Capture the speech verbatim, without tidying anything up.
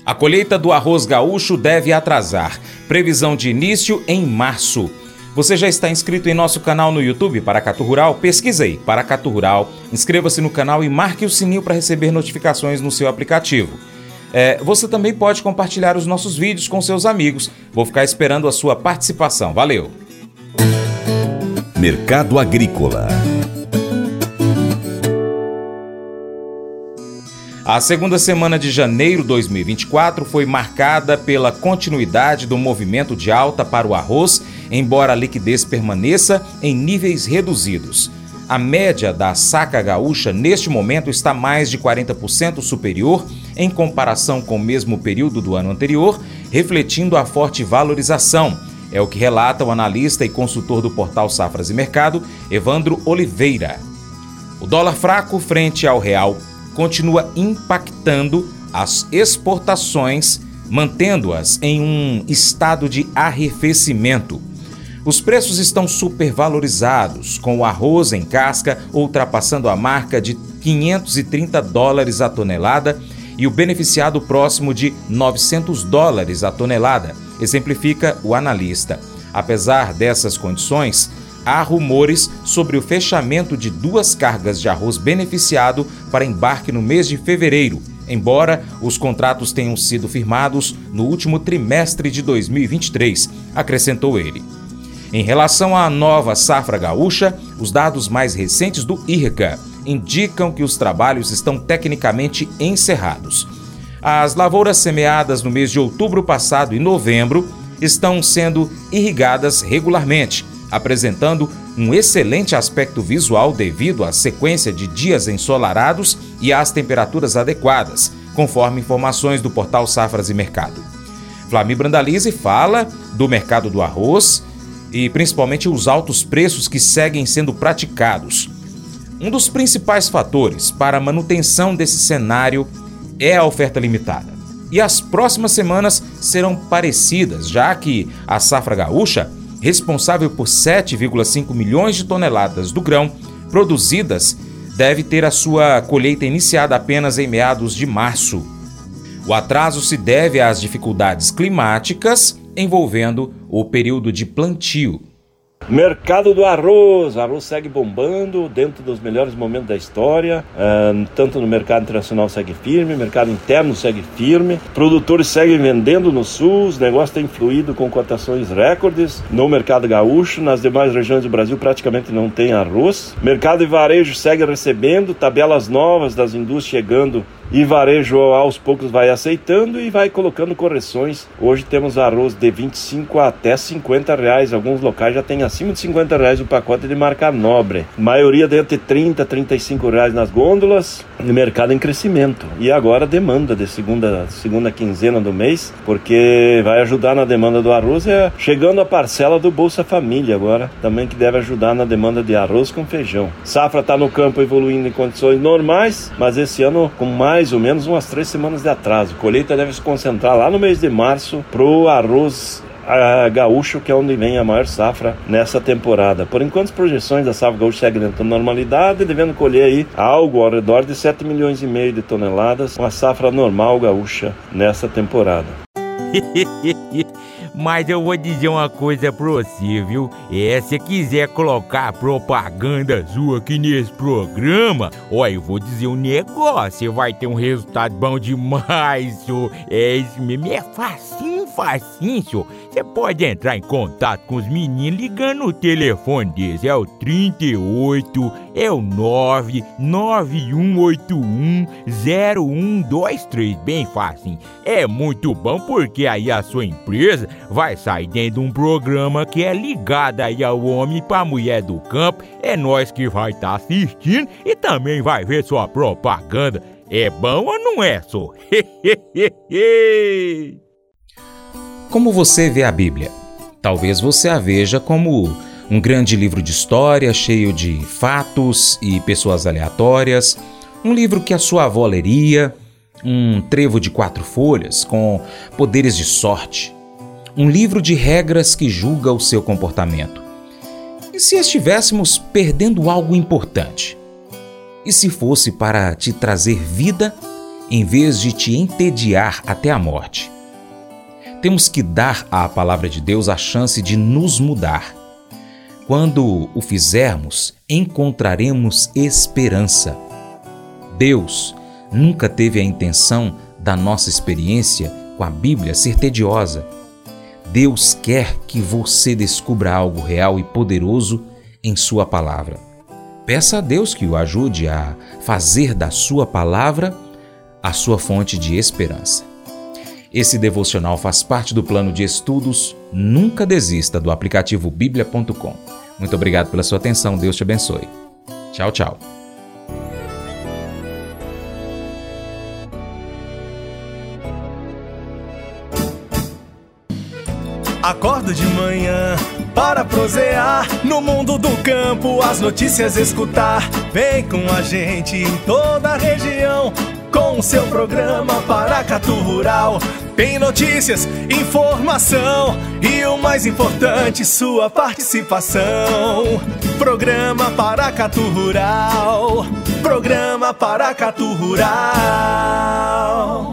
A colheita do arroz gaúcho deve atrasar. Previsão de início em março. Você já está inscrito em nosso canal no YouTube Paracatu Rural? Pesquisa aí, Paracatu Rural, inscreva-se no canal e marque o sininho para receber notificações no seu aplicativo. É, você também pode compartilhar os nossos vídeos com seus amigos. Vou ficar esperando a sua participação. Valeu! Mercado Agrícola. A segunda semana de janeiro de dois mil e vinte e quatro foi marcada pela continuidade do movimento de alta para o arroz, embora a liquidez permaneça em níveis reduzidos. A média da saca gaúcha neste momento está mais de quarenta por cento superior em comparação com o mesmo período do ano anterior, refletindo a forte valorização. É o que relata o analista e consultor do portal Safras e Mercado, Evandro Oliveira. O dólar fraco frente ao real continua impactando as exportações, mantendo-as em um estado de arrefecimento. Os preços estão supervalorizados, com o arroz em casca ultrapassando a marca de quinhentos e trinta dólares a tonelada e o beneficiado próximo de novecentos dólares a tonelada, exemplifica o analista. Apesar dessas condições, há rumores sobre o fechamento de duas cargas de arroz beneficiado para embarque no mês de fevereiro, embora os contratos tenham sido firmados no último trimestre de dois mil e vinte e três, acrescentou ele. Em relação à nova safra gaúcha, os dados mais recentes do I R C A indicam que os trabalhos estão tecnicamente encerrados. As lavouras semeadas no mês de outubro passado e novembro estão sendo irrigadas regularmente, apresentando um excelente aspecto visual devido à sequência de dias ensolarados e às temperaturas adequadas, conforme informações do portal Safras e Mercado. Flami Brandalize fala do mercado do arroz e principalmente os altos preços que seguem sendo praticados. Um dos principais fatores para a manutenção desse cenário é a oferta limitada. E as próximas semanas serão parecidas, já que a safra gaúcha, responsável por sete vírgula cinco milhões de toneladas do grão produzidas, deve ter a sua colheita iniciada apenas em meados de março. O atraso se deve às dificuldades climáticas envolvendo o período de plantio. Mercado do arroz, o arroz segue bombando dentro dos melhores momentos da história, uh, tanto no mercado internacional segue firme, mercado interno segue firme, produtores seguem vendendo no sul, os negócios têm fluído com cotações recordes no mercado gaúcho, nas demais regiões do Brasil praticamente não tem arroz, mercado de varejo segue recebendo, tabelas novas das indústrias chegando e varejo aos poucos vai aceitando e vai colocando correções. Hoje temos arroz de vinte e cinco até cinquenta reais, alguns locais já tem acima de cinquenta reais o pacote de marca nobre. Maioria de entre trinta a trinta e cinco reais nas gôndolas, e mercado em crescimento. E agora a demanda de segunda, segunda quinzena do mês, porque vai ajudar na demanda do arroz, é chegando a parcela do Bolsa Família agora, também que deve ajudar na demanda de arroz com feijão. Safra está no campo evoluindo em condições normais, mas esse ano com mais mais ou menos umas três semanas de atraso. A colheita deve se concentrar lá no mês de março pro arroz a, gaúcho, que é onde vem a maior safra nessa temporada. Por enquanto, as projeções da safra gaúcha seguem dentro da normalidade, devendo colher aí algo ao redor de sete milhões e meio de toneladas, uma safra normal gaúcha nessa temporada. Mas eu vou dizer uma coisa pra você, viu? É, se quiser colocar propaganda sua aqui nesse programa, ó, eu vou dizer um negócio, você vai ter um resultado bom demais, senhor. É isso mesmo, é facinho, facinho, senhor. Você pode entrar em contato com os meninos ligando o telefone deles, é o trinta e oito, é o nove nove um oito um zero um dois três, bem facinho. É muito bom porque aí a sua empresa vai sair dentro de um programa que é ligado aí ao homem para a mulher do campo. É nós que vai estar tá assistindo e também vai ver sua propaganda. É bom ou não é, só? Como você vê a Bíblia? Talvez você a veja como um grande livro de história cheio de fatos e pessoas aleatórias, um livro que a sua avó leria, um trevo de quatro folhas com poderes de sorte, um livro de regras que julga o seu comportamento. E se estivéssemos perdendo algo importante? E se fosse para te trazer vida em vez de te entediar até a morte. Temos que dar à palavra de Deus a chance de nos mudar. Quando o fizermos, encontraremos esperança. Deus nunca teve a intenção da nossa experiência com a Bíblia ser tediosa. Deus quer que você descubra algo real e poderoso em sua palavra. Peça a Deus que o ajude a fazer da sua palavra a sua fonte de esperança. Esse devocional faz parte do plano de estudos Nunca Desista do aplicativo bíblia ponto com. Muito obrigado pela sua atenção. Deus te abençoe. Tchau, tchau. Acordo de manhã para prosear no mundo do campo, as notícias escutar. Vem com a gente em toda a região com o seu programa Paracatu Rural. Tem notícias, informação e o mais importante, sua participação. Programa Paracatu Rural. Programa Paracatu Rural.